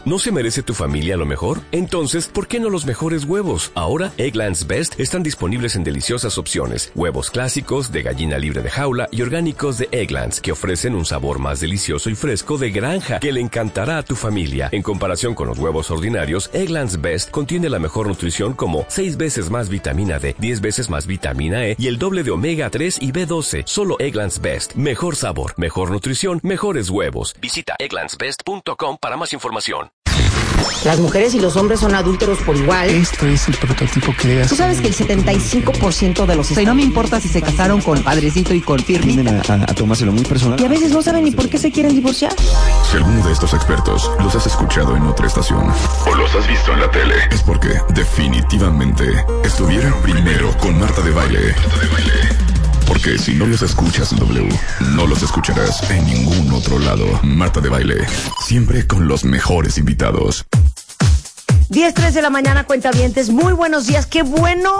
¿No se merece tu familia lo mejor? Entonces, ¿por qué no los mejores huevos? Ahora, Eggland's Best están disponibles en deliciosas opciones. Huevos clásicos, de gallina libre de jaula y orgánicos de Eggland's, que ofrecen un sabor más delicioso y fresco de granja que le encantará a tu familia. En comparación con los huevos ordinarios, Eggland's Best contiene la mejor nutrición como 6 veces más vitamina D, 10 veces más vitamina E y el doble de omega 3 y B12. Solo Eggland's Best. Mejor sabor, mejor nutrición, mejores huevos. Visita egglandsbest.com para más información. Las mujeres y los hombres son adúlteros por igual. Esto es el prototipo que le das. Tú sabes que el 75% de los... O sea, y no me importa si se casaron con Padrecito y con Firmita. Tienden a tomárselo muy personal. Y a veces no saben ni por qué se quieren divorciar. Si alguno de estos expertos los has escuchado en otra estación o los has visto en la tele, es porque definitivamente estuvieron primero con Marta de Baile. Porque si no los escuchas en W, no los escucharás en ningún otro lado. Marta de Baile, siempre con los mejores invitados. 10:03 de la mañana, cuentavientes. Muy buenos días. Qué bueno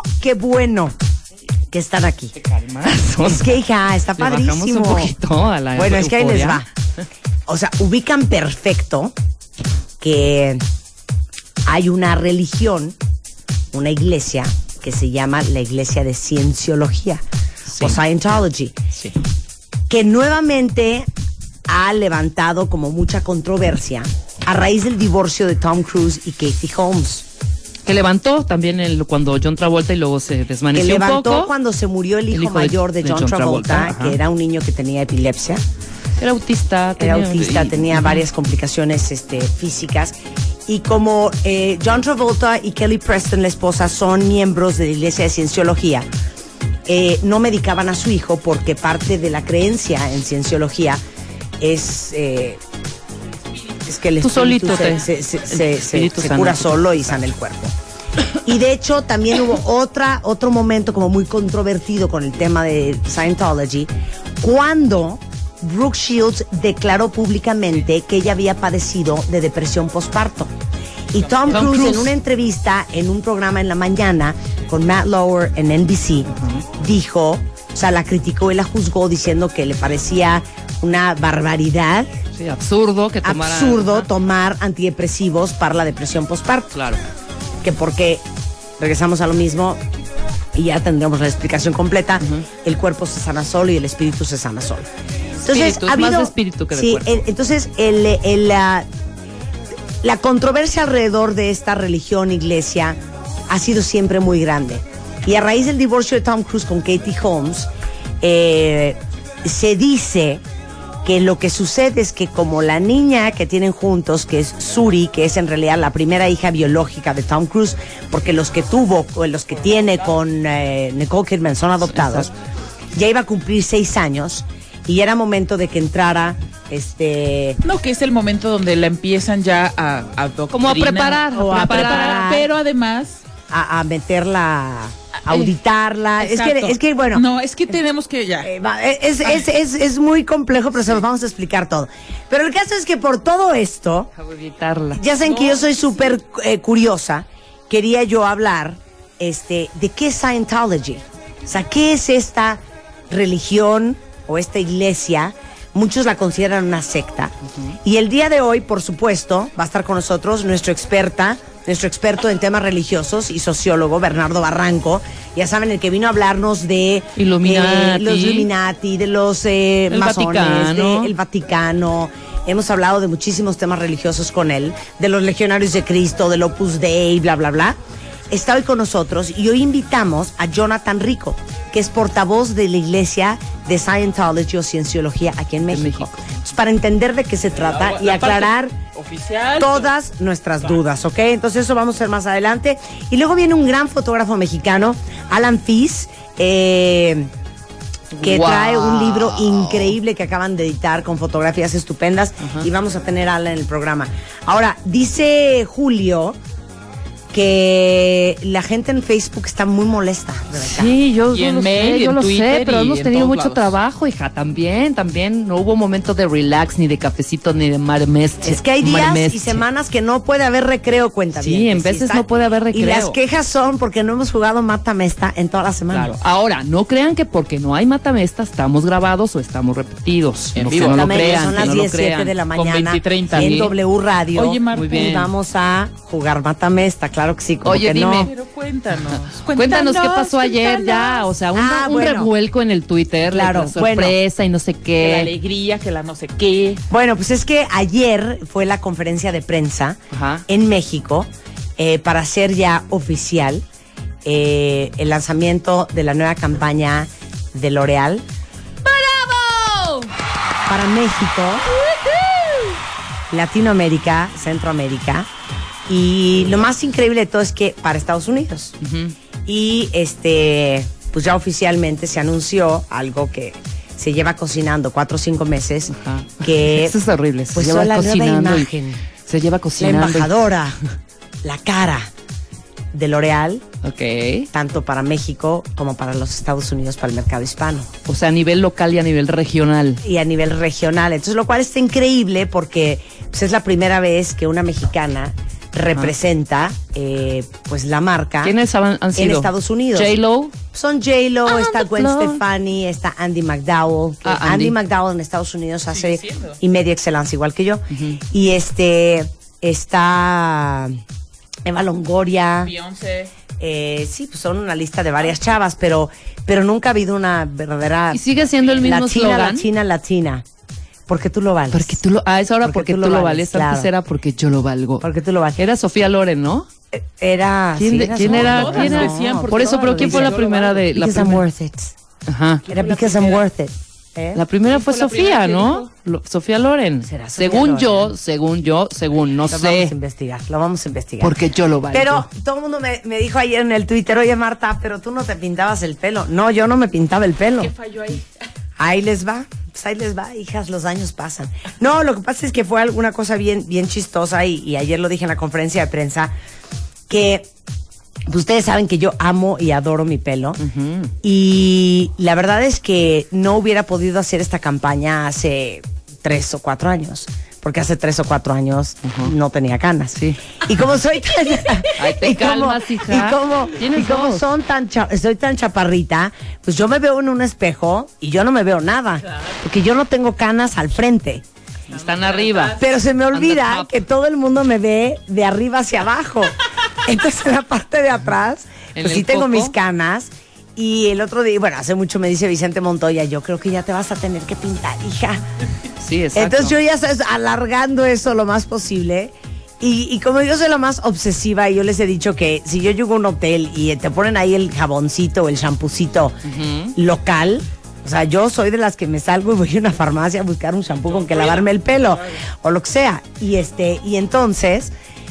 que están aquí. Te calmas. Es que, hija, está padrísimo. Bajamos un poquito a la Bueno, es que ahí les va. euforia. O sea, ubican perfecto que hay una religión, una iglesia que se llama la Iglesia de Cienciología, o Scientology, Sí. que nuevamente ha levantado como mucha controversia a raíz del divorcio de Tom Cruise y Katie Holmes. Que levantó también cuando John Travolta y luego se Que desvaneció un levantó poco. cuando se murió el hijo de- mayor de John Travolta, ajá. que era un niño que tenía epilepsia. Era autista. Tenía varias complicaciones físicas. Y como John Travolta y Kelly Preston, la esposa, son miembros de la Iglesia de Cienciología, no medicaban a su hijo porque parte de la creencia en Cienciología es que el Tú espíritu solito se cura solo y sana el cuerpo. Y de hecho también hubo otro momento como muy controvertido con el tema de Scientology, cuando Brooke Shields declaró públicamente que ella había padecido de depresión postparto. Y Tom Cruise en una entrevista en un programa en la mañana con Matt Lauer en NBC dijo, o sea, la criticó y la juzgó diciendo que le parecía una barbaridad, Sí, absurdo que tomara. absurdo Ajá. tomar antidepresivos para la depresión postparto. Claro. Que porque, regresamos a lo mismo y ya tendremos la explicación completa, el cuerpo se sana solo y el espíritu se sana solo. Entonces, Espíritu, es más de espíritu que de cuerpo. Entonces, la controversia alrededor de esta religión, iglesia, ha sido siempre muy grande. Y a raíz del divorcio de Tom Cruise con Katie Holmes, se dice que lo que sucede es que como la niña que tienen juntos, que es Suri, que es en realidad la primera hija biológica de Tom Cruise, porque los que tuvo o los que tiene con Nicole Kidman son adoptados, ya iba a cumplir 6 años y ya era momento de que entrara No, que es el momento donde la empiezan ya a Como a preparar. pero además a meterla, a auditarla. Es que bueno. No, es que tenemos que ya. Es muy complejo, pero se los vamos a explicar todo. Pero el caso es que por todo esto, Evitarla. ya saben que yo soy súper curiosa. Quería yo hablar de qué es Scientology. O sea, ¿qué es esta religión o esta iglesia? Muchos la consideran una secta. Y el día de hoy, por supuesto, va a estar con nosotros nuestro experto en temas religiosos y sociólogo, Bernardo Barranco. Ya saben, el que vino a hablarnos de Illuminati. los Illuminati, de los masones, Vaticano. del Vaticano. Hemos hablado de muchísimos temas religiosos con él, de los Legionarios de Cristo, del Opus Dei, bla, bla, bla. Está hoy con nosotros y hoy invitamos a Jonathan Rico, que es portavoz de la iglesia de Scientology o Cienciología aquí en México. Entonces, para entender de qué se trata y aclarar Oficial. todas nuestras dudas, ¿ok? Entonces eso vamos a hacer más adelante. Y luego viene un gran fotógrafo mexicano, Alan Fis, que trae un libro increíble que acaban de editar con fotografías estupendas y vamos a tener a Alan en el programa. Ahora, dice Julio que la gente en Facebook está muy molesta, Rebeca. Sí, yo Y en lo mail, sé, y yo en lo Twitter, sé, pero y hemos en tenido todos mucho lados. trabajo, hija, también, no hubo momento de relax, ni de cafecito, ni de marmeste. Es que hay días y marmeste. semanas que no puede haber recreo, cuenta bien. Sí, en veces no puede haber recreo. Y las quejas son porque no hemos jugado Matamesta en toda la semana. Claro. Ahora, no crean que porque no hay Matamesta estamos grabados o estamos repetidos. En No, vivo. que no lo Exactamente, crean, son que las no lo 17 crean. de la Con mañana 20 y 30, en ¿sí? W Radio. Oye, Marta. Muy bien. Y vamos a jugar Matamesta, claro que sí. Como Oye, que dime. no. Pero cuéntanos. Cuéntanos qué pasó ayer ya, o sea, un bueno. revuelco en el Twitter, Claro, la sorpresa y no sé Que la qué. alegría, que la no sé qué. Bueno, pues es que ayer fue la conferencia de prensa Ajá. en México para hacer ya oficial el lanzamiento de la nueva campaña de L'Oréal. ¡Bravo! Para México, Latinoamérica, Centroamérica y lo más increíble de todo es que para Estados Unidos. Y pues ya oficialmente se anunció algo que se lleva cocinando 4 o 5 meses, Ajá. que Eso es horrible, se pues lleva son la nueva cocinando y- imagen, Se lleva la cocinando. embajadora, la cara de L'Oréal, Ok. tanto para México como para los Estados Unidos, para el mercado hispano. O sea, a nivel local y a nivel regional. Y a nivel regional. Entonces, lo cual está increíble porque pues, es la primera vez que una mexicana representa pues la marca ¿Quiénes han sido? en Estados Unidos. J-Lo. Son J-Lo, On está the Gwen floor. Stefani, está Andy McDowell. Que Ah, Andy Andy. McDowell en Estados Unidos hace siendo. y media excelencia igual que yo. Y está Eva Longoria. Beyoncé. Sí, pues son una lista de varias chavas, pero nunca ha habido una verdadera ¿Y sigue siendo el mismo eslogan? latina. Porque tú lo vales. Porque tú lo, es ahora porque tú lo vales. claro. Antes era porque yo lo valgo. Porque tú lo vales. Era Sofía Loren, ¿no? Era. ¿Quién, sí, de- quién era? todas ¿Quién era? decían, porque Por eso, todas pero lo ¿quién fue dicen, la yo lo primera valgo. de la Because I'm primera? worth it. Ajá. Era fue la because I'm primera? worth it. ¿Eh? La primera fue fue la Sofía, primera que ¿no? Sofía Loren. ¿Será Sofía Según Loren? según, no Lo sé. vamos a investigar, lo vamos a investigar. Porque yo lo valgo. Pero todo el mundo me dijo ayer en el Twitter, oye Marta, pero tú no te pintabas el pelo. No, yo no me pintaba el pelo. ¿Qué falló ahí? Ahí les va, pues ahí les va, hijas, los años pasan. No, lo que pasa es que fue alguna cosa bien chistosa y ayer lo dije en la conferencia de prensa, que pues, ustedes saben que yo amo y adoro mi pelo. Y la verdad es que no hubiera podido hacer esta campaña hace 3 o 4 años. Porque hace 3 o 4 años no tenía canas. Sí. Y como soy tan... Ay, te y como- calmas, hija. Y como dos. son soy tan chaparrita, pues yo me veo en un espejo y yo no me veo nada. Porque yo no tengo canas al frente. Están arriba. Pero se me On the olvida top. que todo el mundo me ve de arriba hacia abajo. Entonces en la parte de atrás, ¿En pues el sí tengo coco? mis canas. Y el otro día, bueno, hace mucho me dice Vicente Montoya, yo creo que ya te vas a tener que pintar, hija. Sí, exacto. Entonces yo ya sabes, alargando eso lo más posible. Y como yo soy la más obsesiva, y yo les he dicho que si yo llego a un hotel y te ponen ahí el jaboncito o el champucito local, o sea, yo soy de las que me salgo y voy a una farmacia a buscar un shampoo con que lavarme el pelo o lo que sea. Y entonces,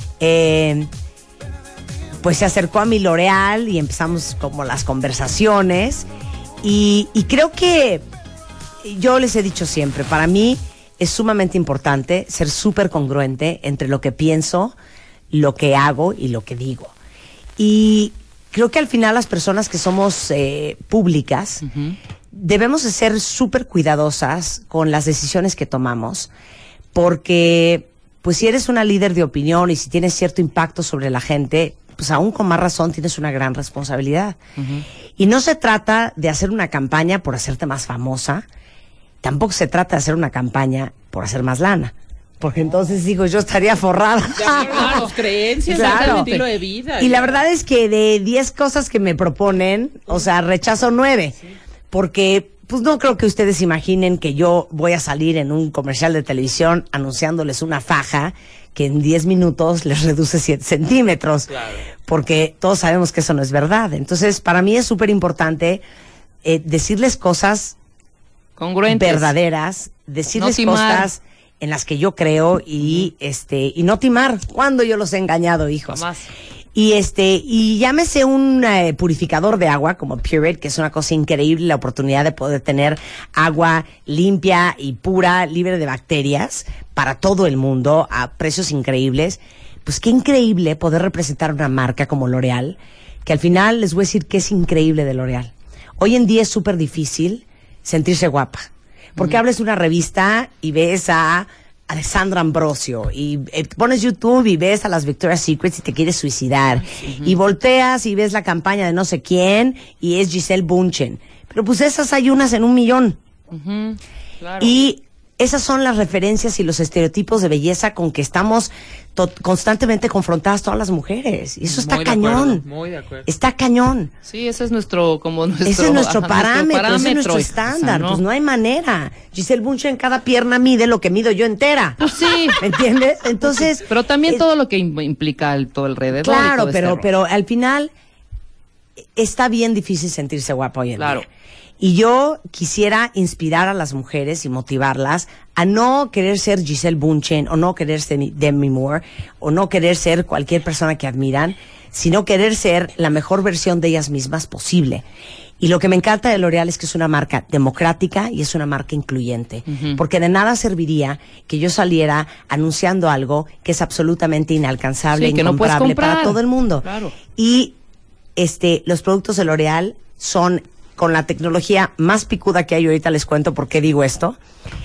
pues se acercó a mi L'Oréal y empezamos como las conversaciones. Y creo que yo les he dicho siempre, para mí es sumamente importante ser súper congruente entre lo que pienso, lo que hago y lo que digo. Y creo que al final las personas que somos públicas debemos de ser súper cuidadosas con las decisiones que tomamos, porque pues si eres una líder de opinión y si tienes cierto impacto sobre la gente, pues aún con más razón tienes una gran responsabilidad. Y no se trata de hacer una campaña por hacerte más famosa, tampoco se trata de hacer una campaña por hacer más lana. Porque entonces digo, yo estaría forrada. De acuerdo a tus creencias, Claro. a tu estilo de vida. Y la verdad es que de 10 cosas que me proponen, o sea, rechazo 9. Porque, pues no creo que ustedes imaginen que yo voy a salir en un comercial de televisión anunciándoles una faja que en 10 minutos les reduce 7 centímetros. Claro. Porque todos sabemos que eso no es verdad. Entonces, para mí es súper importante decirles cosas Congruentes. verdaderas, decirles No timar. cosas en las que yo creo y no timar. ¿Cuándo yo los he engañado, hijos? Jamás. Y llámese un purificador de agua como Pureit, que es una cosa increíble, la oportunidad de poder tener agua limpia y pura, libre de bacterias para todo el mundo a precios increíbles. pues qué increíble poder representar una marca como L'Oréal, que al final les voy a decir que es increíble de L'Oréal. Hoy en día es súper difícil sentirse guapa, porque hables de una revista y ves a Alessandra Ambrosio y pones YouTube y ves a las Victoria's Secrets y te quieres suicidar, y volteas y ves la campaña de no sé quién y es Gisele Bündchen, pero pues esas hay unas en 1,000,000. Claro. Y esas son las referencias y los estereotipos de belleza con que estamos constantemente confrontadas todas las mujeres. Y eso está cañón. Muy de acuerdo. Está cañón. Sí, ese es nuestro parámetro, ese es nuestro estándar. O sea, ¿no? Pues no hay manera. Gisele Bündchen en cada pierna mide lo que mido yo entera. Pues sí. ¿Me entiendes? Entonces. Pero también todo lo que implica todo alrededor. Claro, pero al final está bien difícil sentirse guapa hoy en día. Y yo quisiera inspirar a las mujeres y motivarlas a no querer ser Gisele Bündchen, o no querer ser Demi Moore, o no querer ser cualquier persona que admiran, sino querer ser la mejor versión de ellas mismas posible. Y lo que me encanta de L'Oréal es que es una marca democrática y es una marca incluyente. Porque de nada serviría que yo saliera anunciando algo que es absolutamente inalcanzable, incomparable para todo el mundo. Claro. Y los productos de L'Oréal son con la tecnología más picuda que hay, ahorita les cuento por qué digo esto,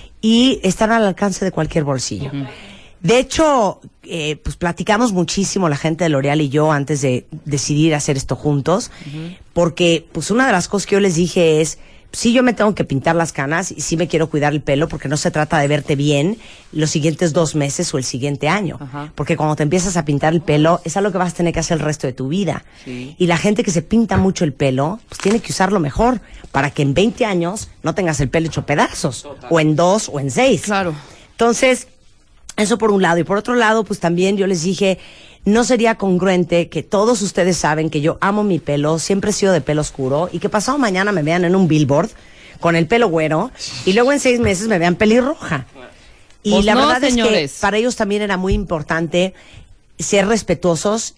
y están al alcance de cualquier bolsillo. De hecho, pues platicamos muchísimo la gente de L'Oréal y yo antes de decidir hacer esto juntos, porque pues una de las cosas que yo les dije es, sí, yo me tengo que pintar las canas y sí me quiero cuidar el pelo, porque no se trata de verte bien los siguientes 2 meses o el siguiente año. Porque cuando te empiezas a pintar el pelo, es algo que vas a tener que hacer el resto de tu vida. Sí. Y la gente que se pinta mucho el pelo, pues tiene que usarlo mejor, para que en 20 años no tengas el pelo hecho pedazos. O en 2 o en 6. Claro. Entonces, eso por un lado. Y por otro lado, pues también yo les dije, no sería congruente que todos ustedes saben que yo amo mi pelo, siempre he sido de pelo oscuro, y que pasado mañana me vean en un billboard con el pelo güero y luego en 6 meses me vean pelirroja. Y pues la verdad señores, es que para ellos también era muy importante ser respetuosos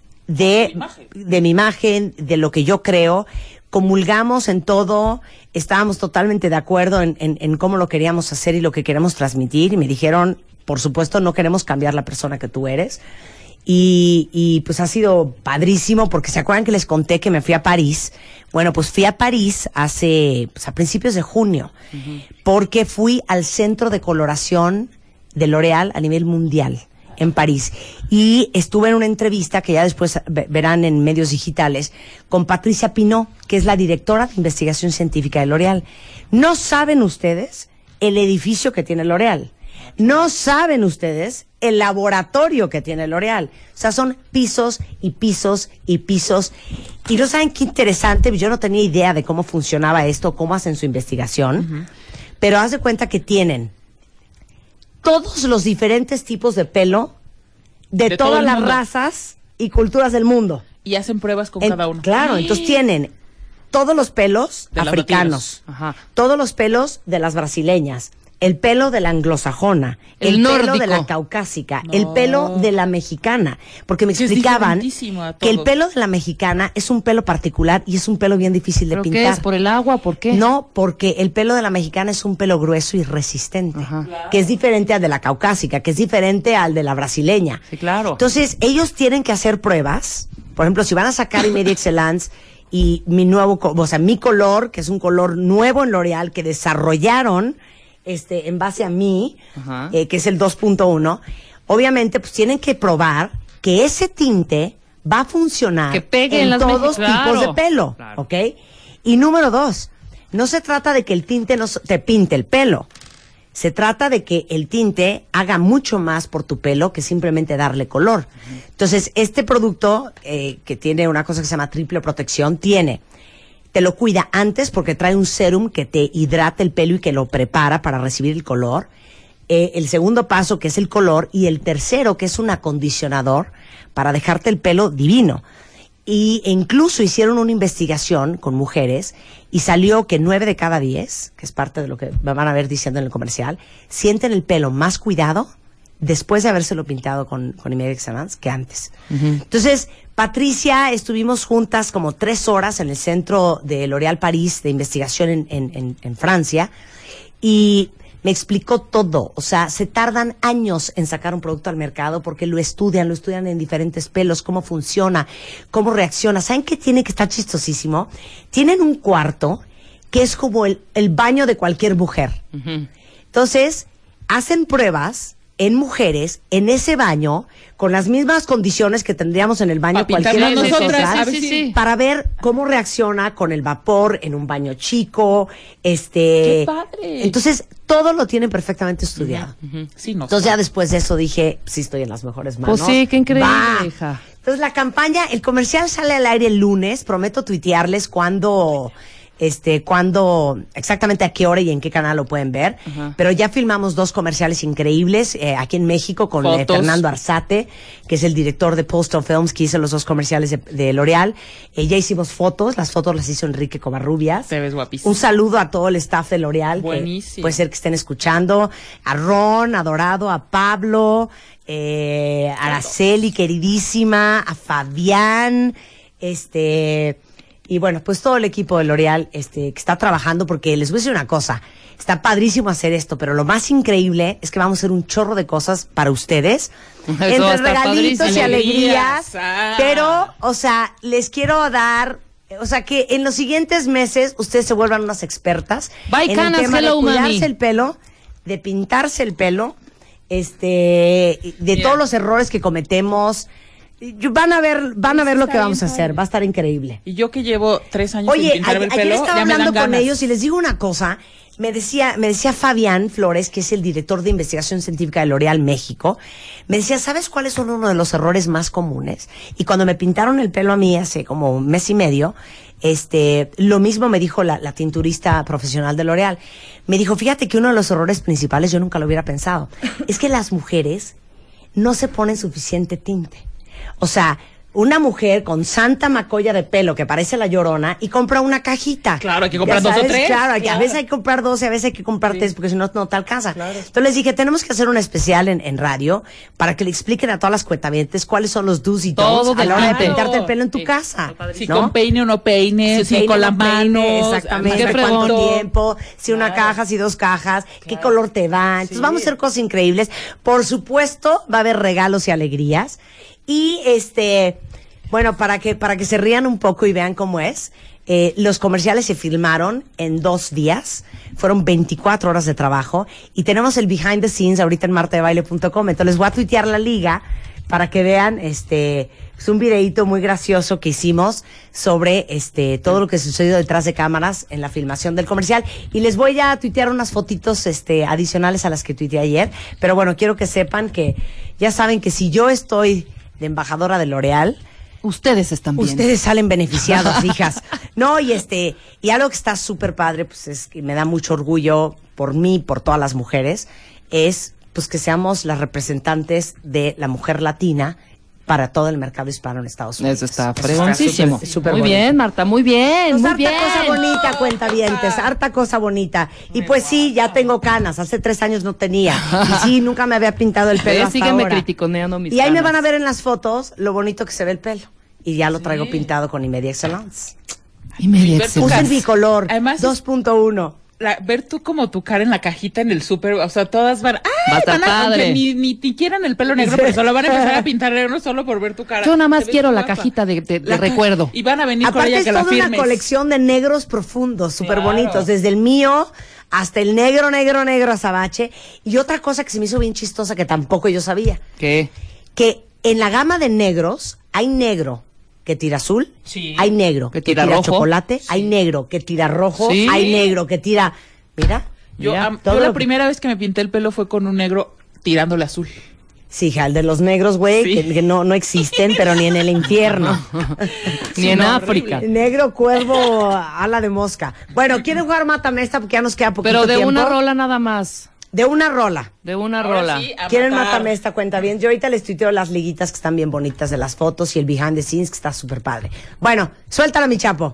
de mi imagen, de lo que yo creo. Comulgamos en todo, estábamos totalmente de acuerdo en cómo lo queríamos hacer y lo que queremos transmitir, y me dijeron, por supuesto, no queremos cambiar la persona que tú eres. Y pues ha sido padrísimo, porque se acuerdan que les conté que me fui a París. Bueno, pues fui a París a principios de junio, porque fui al centro de coloración de L'Oréal a nivel mundial en París. Y estuve en una entrevista que ya después verán en medios digitales con Patricia Pinot, que es la directora de investigación científica de L'Oréal. No saben ustedes el edificio que tiene L'Oréal. No saben ustedes el laboratorio que tiene L'Oréal. O sea, son pisos y pisos y pisos. Y no saben qué interesante, yo no tenía idea de cómo funcionaba esto, cómo hacen su investigación. Pero haz de cuenta que tienen todos los diferentes tipos de pelo de todas las razas y culturas del mundo. Y hacen pruebas con cada uno. Claro, entonces tienen todos los pelos de africanos, todos los pelos de las brasileñas, el pelo de la anglosajona, el pelo de la caucásica, el pelo de la mexicana, porque me explicaban que el pelo de la mexicana es un pelo particular y es un pelo bien difícil de pintar. ¿Qué es? ¿Por el agua? ¿Por qué? No, porque el pelo de la mexicana es un pelo grueso y resistente, que es diferente al de la caucásica, que es diferente al de la brasileña. Sí, claro. Entonces, ellos tienen que hacer pruebas. Por ejemplo, si van a sacar Immediate Excellence y mi color, que es un color nuevo en L'Oréal que desarrollaron en base a mí, que es el 2.1, obviamente pues tienen que probar que ese tinte va a funcionar que pegue en todos tipos de pelo, ¿ok? Y número 2, no se trata de que el tinte no te pinte el pelo, se trata de que el tinte haga mucho más por tu pelo que simplemente darle color. Entonces, este producto, que tiene una cosa que se llama triple protección, te lo cuida antes porque trae un serum que te hidrata el pelo y que lo prepara para recibir el color. El segundo paso, que es el color, y el tercero, que es un acondicionador para dejarte el pelo divino. Y incluso hicieron una investigación con mujeres y salió que 9 de cada 10, que es parte de lo que me van a ver diciendo en el comercial, sienten el pelo más cuidado después de habérselo pintado con Immediate Excellence que antes. Entonces, Patricia, estuvimos juntas como 3 horas en el centro de L'Oréal París de investigación en Francia, y Me explicó todo. O sea, se tardan años en sacar un producto al mercado porque lo estudian en diferentes pelos, cómo funciona, cómo reacciona. ¿Saben qué tiene que estar chistosísimo? Tienen un cuarto que es como el baño de cualquier mujer. Entonces, hacen pruebas en mujeres en ese baño con las mismas condiciones que tendríamos en el baño cualquiera de nosotras, para ver cómo reacciona con el vapor en un baño chico. ¡Qué padre! Entonces, todo lo tienen perfectamente estudiado. Sí, no. Entonces, ya después de eso dije, sí estoy en las mejores manos. Pues sí, qué increíble, ¡Va! hija. Entonces, la campaña, el comercial sale al aire el lunes. Prometo tuitearles cuándo, exactamente a qué hora y en qué canal lo pueden ver. Pero ya filmamos 2 comerciales increíbles aquí en México con Fernando Arzate, que es el director de Postal Films, que hizo los 2 comerciales de L'Oreal. Ya hicimos fotos, las fotos las hizo Enrique Covarrubias. Te ves guapísimo. Un saludo a todo el staff de L'Oreal. Buenísimo. Puede ser que estén escuchando. A Ron, a Dorado, a Pablo, a Araceli, queridísima, a Fabián, y bueno, pues todo el equipo de L'Oreal que está trabajando, porque les voy a decir una cosa, está padrísimo hacer esto, pero lo más increíble es que vamos a hacer un chorro de cosas para ustedes, entre regalitos y alegrías, pero, o sea, les quiero dar, o sea, que en los siguientes meses ustedes se vuelvan unas expertas en el tema de cuidarse el pelo, de pintarse el pelo, de todos los errores que cometemos. Van a ver lo que vamos a hacer, va a estar increíble. Y yo que llevo 3 años sin pintarme el pelo, ayer estaba ya me dan hablando con ganas. ellos y les digo una cosa, me decía Fabián Flores, que es el director de investigación científica de L'Oreal México, me decía, ¿sabes cuáles son uno de los errores más comunes? Y cuando me pintaron el pelo a mí hace como un mes y medio, lo mismo me dijo la tinturista profesional de L'Oreal. Me dijo, fíjate que uno de los errores principales, yo nunca lo hubiera pensado, es que las mujeres no se ponen suficiente tinte. O sea, una mujer con santa macolla de pelo que parece la Llorona y compra una cajita. Claro, hay que comprar 2 o 3. Claro, a veces hay que comprar 2 y a veces hay que comprar 3 porque si no, no te alcanza. Claro. Entonces les dije, tenemos que hacer un especial en radio para que le expliquen a todas las cuentavientes cuáles son los do's y don'ts a la hora de pintarte el pelo en tu casa. Si con peine o no peine, si con la mano. Exactamente, cuánto tiempo, si una caja, si 2 cajas, qué color te va. Entonces vamos a hacer cosas increíbles. Por supuesto, va a haber regalos y alegrías. Y bueno, para que se rían un poco y vean cómo es, los comerciales se filmaron en 2 días, fueron 24 horas de trabajo, y tenemos el behind the scenes ahorita en martadebaile.com, entonces les voy a tuitear la liga para que vean, es un videíto muy gracioso que hicimos sobre, todo lo que sucedió detrás de cámaras en la filmación del comercial, y les voy a tuitear unas fotitos, adicionales a las que tuiteé ayer, pero bueno, quiero que sepan que, ya saben que si yo estoy de embajadora de L'Oreal, ustedes están bien. Ustedes salen beneficiados, hijas. No, y algo que está súper padre, pues es que me da mucho orgullo por mí, por todas las mujeres, es pues que seamos las representantes de la mujer latina para todo el mercado hispano en Estados Unidos. Eso está fregoncísimo. Súper muy bonito. bien, Marta, muy bien, Pues muy harta bien. cosa bonita, cuentavientes, harta cosa bonita. Y pues sí, ya tengo canas, hace 3 años no tenía. Y sí, nunca me había pintado el pelo hasta sígueme ahora. criticoneando mis Y ahí me canas. van a ver en las fotos lo bonito que se ve el pelo. Y ya lo traigo pintado con Immediate Excellence. Usa el bicolor, Además, 2.1. Ver tú como tu cara en la cajita en el súper, o sea, todas van, Va a estar padre. aunque ni quieran el pelo negro, pero solo van a empezar a pintar negro solo por ver tu cara. Yo nada más Te ves quiero la guapa. cajita de recuerdo. Y van a venir con Aparte ella es que la toda una firmes. colección de negros profundos, súper Claro. bonitos, desde el mío hasta el negro azabache. Y otra cosa que se me hizo bien chistosa que tampoco yo sabía, ¿Qué? que en la gama de negros hay negro que tira azul, Sí. hay negro Que que tira tira rojo. chocolate, hay negro que tira rojo, Sí. hay negro que tira, mira, Yo todo la lo que- primera vez que me pinté el pelo fue con un negro tirándole azul. Sí, hija, el de los negros, güey, Sí. que no existen, pero ni en el infierno. Ni en no, África. horrible. Negro, cuervo, ala de mosca. Bueno, ¿quieren jugar Mátame esta? Porque ya nos queda poquito Pero de tiempo. una rola nada más. De una rola. De una Ahora rola. sí, a ¿Quieren matar. Mátame esta? Cuenta bien. Yo ahorita les tuiteo las liguitas que están bien bonitas de las fotos y el behind the scenes que está súper padre. Bueno, suéltala, mi chapo.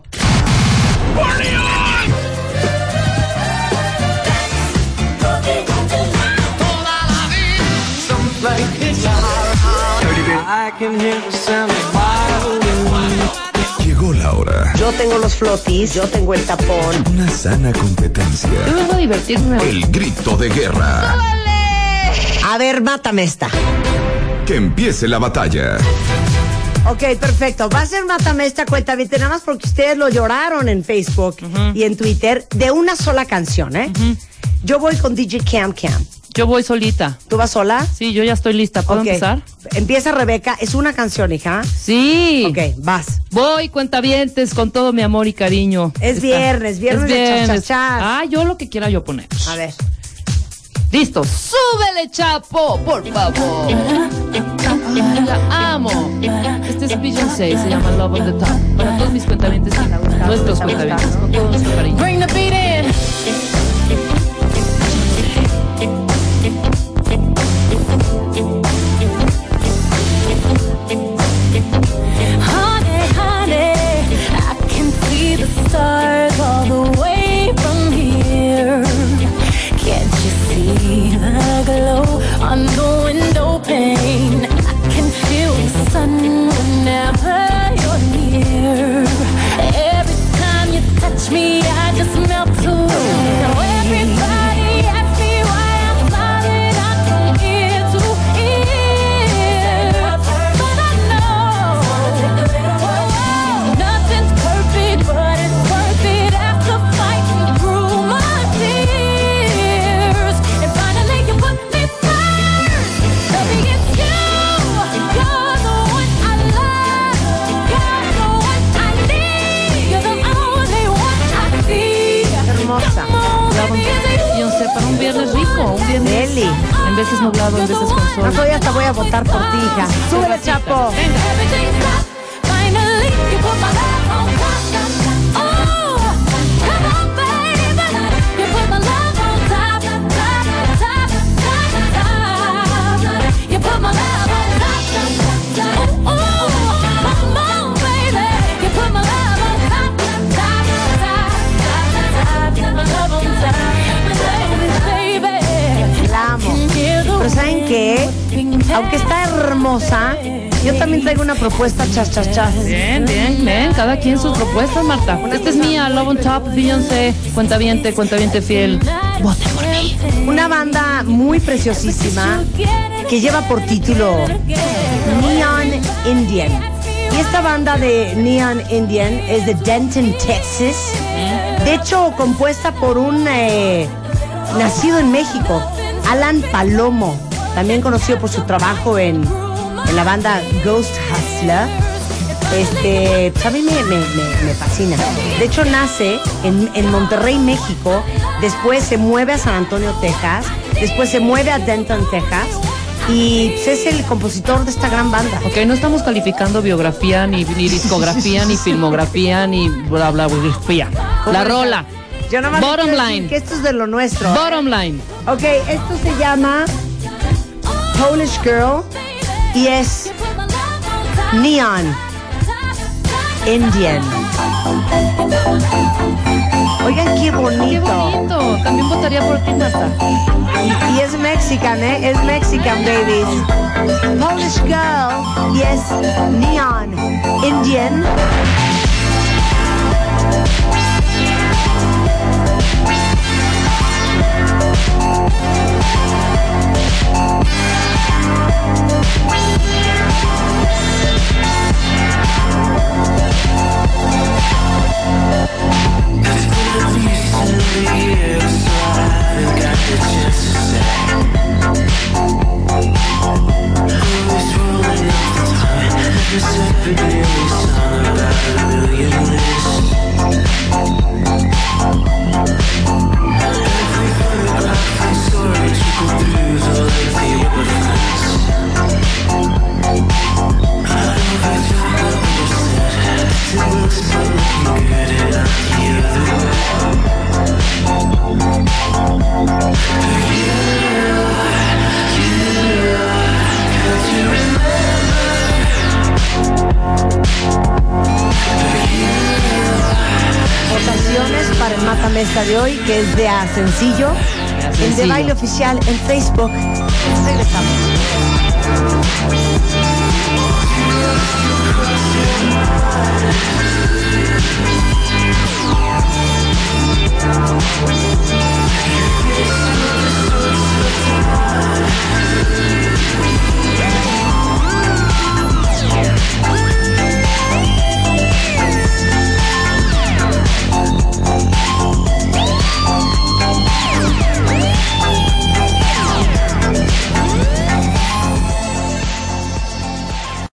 Llegó la hora ahora. Yo tengo los flotis, yo tengo el tapón. Una sana competencia. Yo vengo a divertirme. El grito de guerra. A ver, mátame esta. Que empiece la batalla. Ok, perfecto. Va a ser mátame esta cuenta, nada más porque ustedes lo lloraron en Facebook y en Twitter de una sola canción, ¿eh? Yo voy con DJ Cam Cam. Yo voy solita. ¿Tú vas sola? Sí, yo ya estoy lista. ¿Puedo empezar? Empieza Rebeca. Es una canción, hija. Sí. Ok, vas. Voy, cuentavientes, con todo mi amor y cariño. Es viernes de chachachas. Ah, yo lo que quiera yo poner. A ver. Listo. ¡Súbele, Chapo! Por favor. La amo. Este es Beyoncé, se llama Love on the Top. Para todos mis cuentavientes y nuestros cuentavientes, con todo nuestro cariño. Bring the beat in. Stars all the way from here. Can't you see the glow on the window pane? I can feel the sun whenever you're near. Every time you touch me, I just melt away. Now everybody asks me why I'm smiling, I'm from ear to ear. But I know nothing's perfect, but it's worth it after fighting through my tears. And finally you put me first. Baby, it's you. You're the one I love. You're the one I need. You're the only one I see. Hermosa. Beyoncé, para un viernes rico, un viernes Deli. en veces nublado, en veces con sol. No, hoy hasta voy a votar por ti, hija. Súbele, Chapo. Everything stopped. Finally, you put my love on top. Oh, come on, baby. You put my love on top, top, top, top, top. You put my love on top. Oh, come on, baby. You put my love on top, top, top, top, top. My love on top, baby. La amo. Pero ¿saben qué? Aunque está hermosa, yo también traigo una propuesta chas. Bien, cada quien sus propuestas, Marta. Esta es mía, Love on Top, Beyoncé, cuentaviente fiel. Vote por mí. Una banda muy preciosísima que lleva por título Neon Indian. Y esta banda de Neon Indian es de Denton, Texas. De hecho, compuesta por un nacido en México, Alan Palomo, también conocido por su trabajo en la banda Ghost Hustler. Pues a mí me fascina. De hecho, nace en Monterrey, México. Después se mueve a San Antonio, Texas. Después se mueve a Denton, Texas. Y pues, es el compositor de esta gran banda. Ok, no estamos calificando biografía, ni discografía, ni filmografía, ni bla, bla, bla. La rola. Yo nada más Bottom quiero line. decir que esto es de lo nuestro. Bottom line. Ok, esto se llama Polish Girl y es Neon Indian. Oigan, qué bonito. Qué bonito. También votaría por ti, Marta. Y es Mexican, ¿eh? Es Mexican, babies. Polish Girl y es Neon Indian. Para el Mátame Esta de hoy, que es de A Sencillo, el de Baile Oficial en Facebook. Regresamos.